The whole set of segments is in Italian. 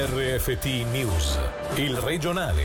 RFT News, il regionale.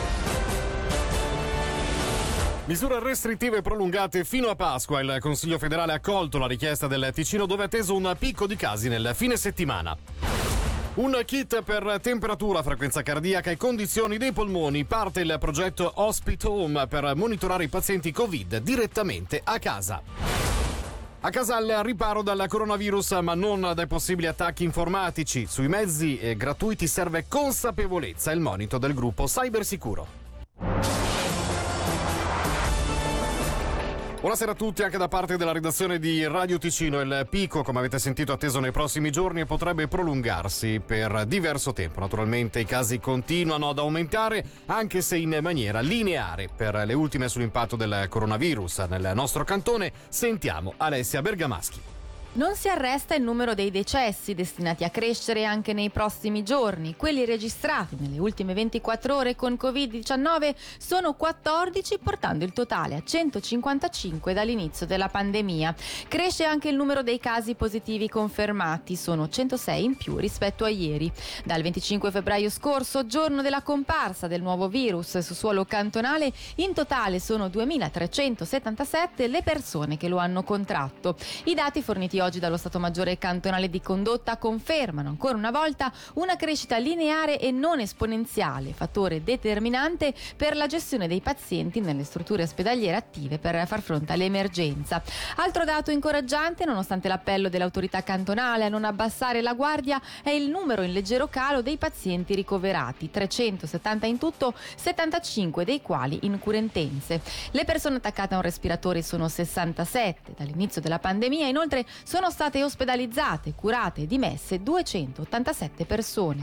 Misure restrittive prolungate fino a Pasqua. Il Consiglio federale ha accolto la richiesta del Ticino, dove è atteso un picco di casi nel fine settimana. Un kit per temperatura, frequenza cardiaca e condizioni dei polmoni. Parte il progetto Hospital Home per monitorare i pazienti Covid direttamente a casa. A casa al riparo dal coronavirus, ma non dai possibili attacchi informatici. Sui mezzi gratuiti serve consapevolezza, il monito del gruppo Cybersicuro. Buonasera a tutti, anche da parte della redazione di Radio Ticino. Il picco, come avete sentito, atteso nei prossimi giorni e potrebbe prolungarsi per diverso tempo. Naturalmente i casi continuano ad aumentare, anche se in maniera lineare. Per le ultime sull'impatto del coronavirus nel nostro cantone sentiamo Alessia Bergamaschi. Non si arresta il numero dei decessi, destinati a crescere anche nei prossimi giorni. Quelli registrati nelle ultime 24 ore con Covid-19 sono 14, portando il totale a 155 dall'inizio della pandemia. Cresce anche il numero dei casi positivi confermati, sono 106 in più rispetto a ieri. Dal 25 febbraio scorso, giorno della comparsa del nuovo virus su suolo cantonale, in totale sono 2.377 le persone che lo hanno contratto. I dati forniti oggi dallo Stato Maggiore Cantonale di Condotta confermano ancora una volta una crescita lineare e non esponenziale, fattore determinante per la gestione dei pazienti nelle strutture ospedaliere attive per far fronte all'emergenza. Altro dato incoraggiante, nonostante l'appello dell'autorità cantonale a non abbassare la guardia, è il numero in leggero calo dei pazienti ricoverati, 370 in tutto, 75 dei quali in cure intense. Le persone attaccate a un respiratore sono 67 dall'inizio della pandemia, inoltre sono state ospedalizzate, curate e dimesse 287 persone.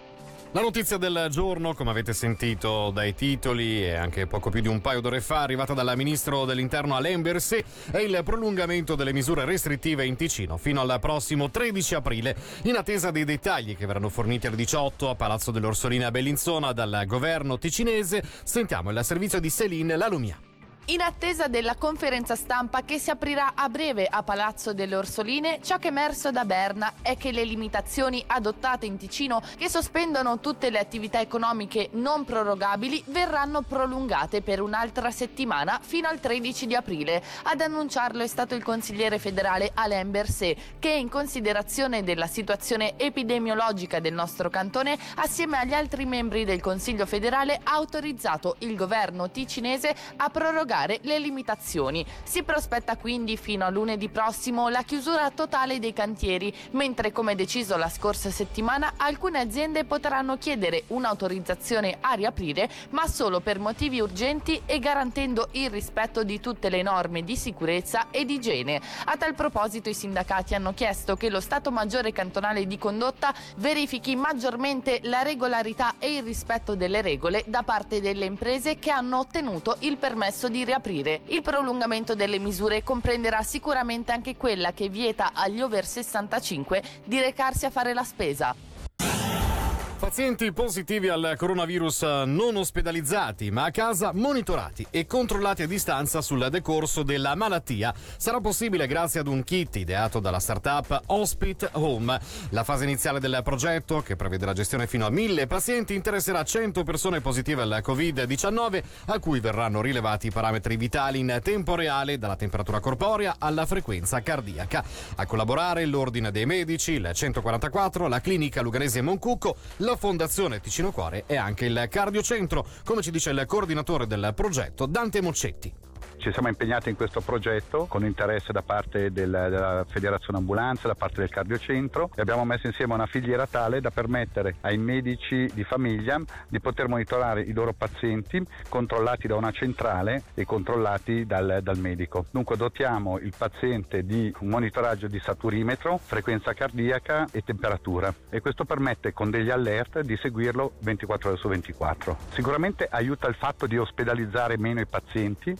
La notizia del giorno, come avete sentito dai titoli e anche poco più di un paio d'ore fa, arrivata dal ministro dell'Interno Alain Berset, è il prolungamento delle misure restrittive in Ticino fino al prossimo 13 aprile, in attesa dei dettagli che verranno forniti alle 18 a Palazzo delle Orsoline a Bellinzona dal governo ticinese. Sentiamo il servizio di Céline Lalumia. In attesa della conferenza stampa che si aprirà a breve a Palazzo delle Orsoline, ciò che è emerso da Berna è che le limitazioni adottate in Ticino, che sospendono tutte le attività economiche non prorogabili, verranno prolungate per un'altra settimana fino al 13 di aprile. Ad annunciarlo è stato il consigliere federale Alain Berset, che in considerazione della situazione epidemiologica del nostro cantone, assieme agli altri membri del Consiglio federale, ha autorizzato il governo ticinese a prorogare le limitazioni. Si prospetta quindi fino a lunedì prossimo la chiusura totale dei cantieri, mentre, come deciso la scorsa settimana, alcune aziende potranno chiedere un'autorizzazione a riaprire, ma solo per motivi urgenti e garantendo il rispetto di tutte le norme di sicurezza ed igiene. A tal proposito i sindacati hanno chiesto che lo Stato Maggiore Cantonale di Condotta verifichi maggiormente la regolarità e il rispetto delle regole da parte delle imprese che hanno ottenuto il permesso di riaprire. Il prolungamento delle misure comprenderà sicuramente anche quella che vieta agli over 65 di recarsi a fare la spesa. Pazienti positivi al coronavirus non ospedalizzati, ma a casa monitorati e controllati a distanza sul decorso della malattia. Sarà possibile grazie ad un kit ideato dalla startup Hospital Home. La fase iniziale del progetto, che prevede la gestione fino a 1.000 pazienti, interesserà 100 persone positive al Covid-19, a cui verranno rilevati i parametri vitali in tempo reale, dalla temperatura corporea alla frequenza cardiaca. A collaborare l'Ordine dei Medici, il 144, la Clinica Luganese Moncucco, la Fondazione Ticino Cuore e anche il Cardiocentro, come ci dice il coordinatore del progetto Dante Moccetti. Ci siamo impegnati in questo progetto con interesse da parte della Federazione Ambulanza, da parte del Cardiocentro, e abbiamo messo insieme una filiera tale da permettere ai medici di famiglia di poter monitorare i loro pazienti controllati da una centrale e controllati dal medico. Dunque dotiamo il paziente di un monitoraggio di saturimetro, frequenza cardiaca e temperatura, e questo permette con degli alert di seguirlo 24 ore su 24. Sicuramente aiuta il fatto di ospedalizzare meno i pazienti, dando una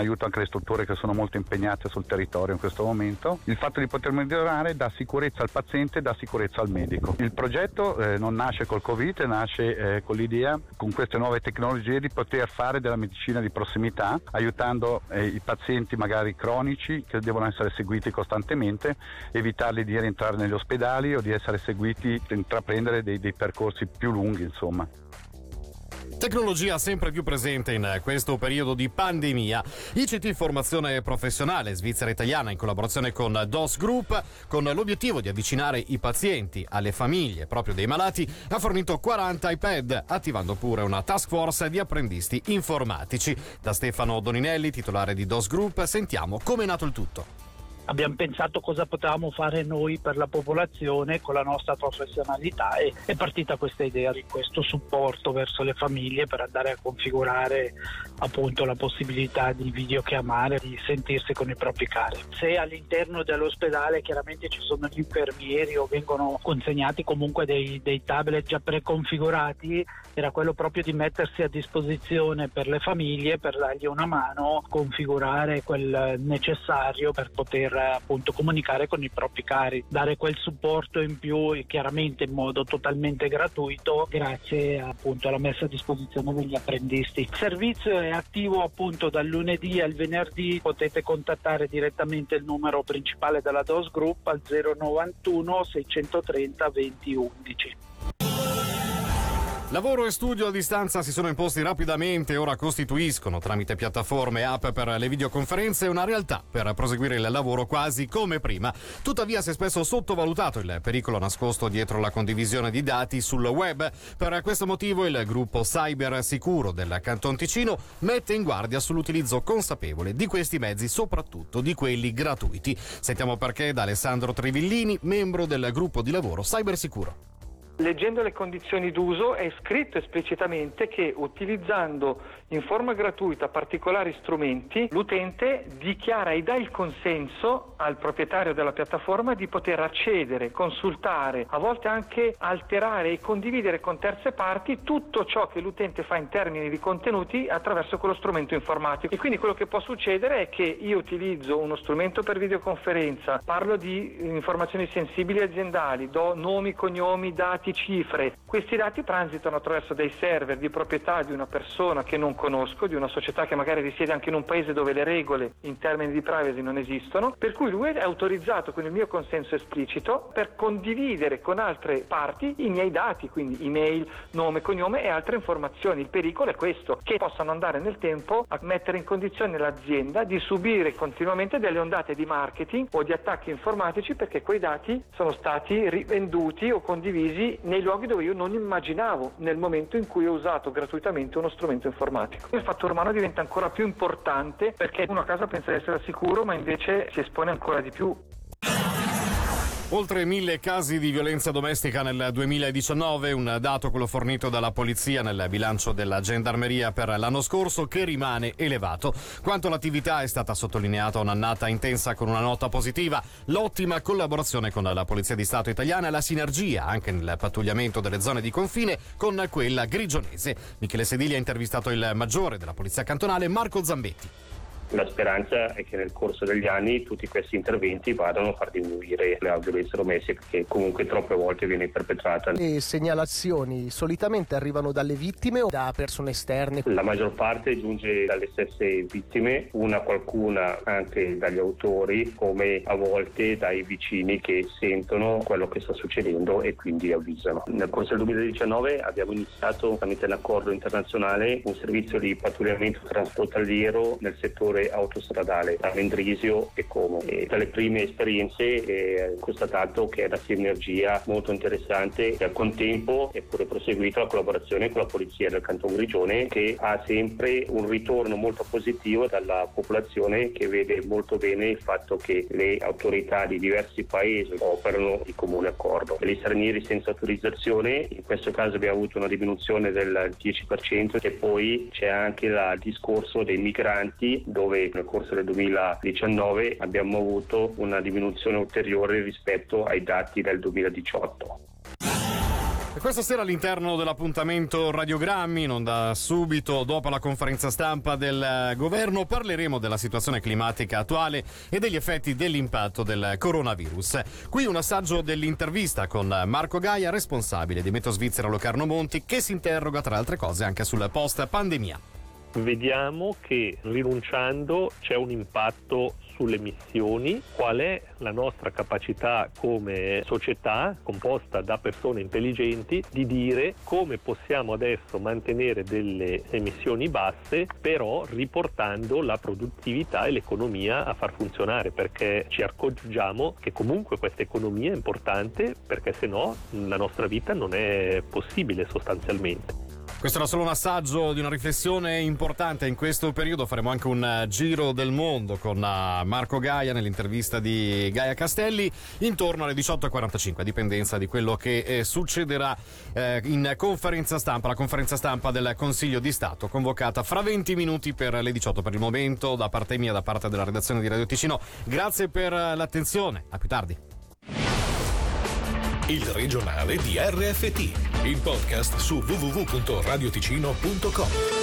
aiuto anche le strutture che sono molto impegnate sul territorio in questo momento. Il fatto di poter monitorare dà sicurezza al paziente e dà sicurezza al medico. Il progetto non nasce col Covid, nasce con l'idea, con queste nuove tecnologie, di poter fare della medicina di prossimità, aiutando i pazienti magari cronici che devono essere seguiti costantemente, evitarli di rientrare negli ospedali o di essere seguiti, intraprendere dei percorsi più lunghi, insomma. Tecnologia sempre più presente in questo periodo di pandemia. ICT Formazione Professionale Svizzera Italiana, in collaborazione con DOS Group, con l'obiettivo di avvicinare i pazienti alle famiglie proprio dei malati, ha fornito 40 iPad, attivando pure una task force di apprendisti informatici. Da Stefano Doninelli, titolare di DOS Group, sentiamo come è nato il tutto. Abbiamo pensato cosa potevamo fare noi per la popolazione con la nostra professionalità e è partita questa idea di questo supporto verso le famiglie per andare a configurare appunto la possibilità di videochiamare, di sentirsi con i propri cari. Se all'interno dell'ospedale chiaramente ci sono gli infermieri o vengono consegnati comunque dei tablet già preconfigurati, era quello proprio di mettersi a disposizione per le famiglie per dargli una mano, configurare quel necessario per poter appunto comunicare con i propri cari, dare quel supporto in più e chiaramente in modo totalmente gratuito grazie appunto alla messa a disposizione degli apprendisti. Il servizio è attivo appunto dal lunedì al venerdì, potete contattare direttamente il numero principale della DOS Group al 091 630 2011. Lavoro e studio a distanza si sono imposti rapidamente e ora costituiscono, tramite piattaforme e app per le videoconferenze, una realtà per proseguire il lavoro quasi come prima. Tuttavia si è spesso sottovalutato il pericolo nascosto dietro la condivisione di dati sul web. Per questo motivo il gruppo Cyber Sicuro del Canton Ticino mette in guardia sull'utilizzo consapevole di questi mezzi, soprattutto di quelli gratuiti. Sentiamo perché da Alessandro Trivillini, membro del gruppo di lavoro Cyber Sicuro. Leggendo le condizioni d'uso è scritto esplicitamente che utilizzando in forma gratuita particolari strumenti l'utente dichiara e dà il consenso al proprietario della piattaforma di poter accedere, consultare, a volte anche alterare e condividere con terze parti tutto ciò che l'utente fa in termini di contenuti attraverso quello strumento informatico. E quindi quello che può succedere è che io utilizzo uno strumento per videoconferenza, parlo di informazioni sensibili aziendali, do nomi, cognomi, dati, cifre. Questi dati transitano attraverso dei server di proprietà di una persona che non conosco, di una società che magari risiede anche in un paese dove le regole in termini di privacy non esistono, per cui lui è autorizzato con il mio consenso esplicito per condividere con altre parti i miei dati, quindi email, nome, cognome e altre informazioni. Il pericolo è questo, che possano andare nel tempo a mettere in condizione l'azienda di subire continuamente delle ondate di marketing o di attacchi informatici perché quei dati sono stati rivenduti o condivisi nei luoghi dove io non immaginavo nel momento in cui ho usato gratuitamente uno strumento informatico. Il fattore umano diventa ancora più importante perché uno a casa pensa di essere sicuro ma invece si espone ancora di più. Oltre 1000 casi di violenza domestica nel 2019, un dato quello fornito dalla polizia nel bilancio della gendarmeria per l'anno scorso che rimane elevato. Quanto all'attività è stata sottolineata un'annata intensa con una nota positiva, l'ottima collaborazione con la Polizia di Stato italiana e la sinergia anche nel pattugliamento delle zone di confine con quella grigionese. Michele Sedili ha intervistato il maggiore della Polizia Cantonale Marco Zambetti. La speranza è che nel corso degli anni tutti questi interventi vadano a far diminuire la violenza domestica che comunque troppe volte viene perpetrata. Le segnalazioni solitamente arrivano dalle vittime o da persone esterne? La maggior parte giunge dalle stesse vittime, qualcuna anche dagli autori, come a volte dai vicini che sentono quello che sta succedendo e quindi avvisano. Nel corso del 2019 abbiamo iniziato tramite un accordo internazionale un servizio di pattugliamento transfrontaliero nel settore autostradale tra Mendrisio e Como. E dalle prime esperienze ho constatato che è una sinergia molto interessante e al contempo è pure proseguita la collaborazione con la polizia del Canton Grigione che ha sempre un ritorno molto positivo dalla popolazione che vede molto bene il fatto che le autorità di diversi paesi operano di comune accordo. Per gli stranieri senza autorizzazione in questo caso abbiamo avuto una diminuzione del 10% e poi c'è anche il discorso dei migranti dove nel corso del 2019 abbiamo avuto una diminuzione ulteriore rispetto ai dati del 2018. E questa sera all'interno dell'appuntamento Radiogrammi, non da subito, dopo la conferenza stampa del governo, parleremo della situazione climatica attuale e degli effetti dell'impatto del coronavirus. Qui un assaggio dell'intervista con Marco Gaia, responsabile di Meteo Svizzera Locarno Monti, che si interroga tra altre cose anche sul post-pandemia. Vediamo che rinunciando c'è un impatto sulle emissioni. Qual è la nostra capacità come società, composta da persone intelligenti, di dire come possiamo adesso mantenere delle emissioni basse, però riportando la produttività e l'economia a far funzionare, perché ci accorgiamo che comunque questa economia è importante, perché se no la nostra vita non è possibile sostanzialmente. Questo era solo un assaggio di una riflessione importante. In questo periodo faremo anche un giro del mondo con Marco Gaia nell'intervista di Gaia Castelli intorno alle 18:45, a dipendenza di quello che succederà in conferenza stampa, la conferenza stampa del Consiglio di Stato, convocata fra 20 minuti per le 18 per il momento. Da parte mia, da parte della redazione di Radio Ticino, grazie per l'attenzione, a più tardi. Il regionale di RFT, il podcast su www.radioticino.com.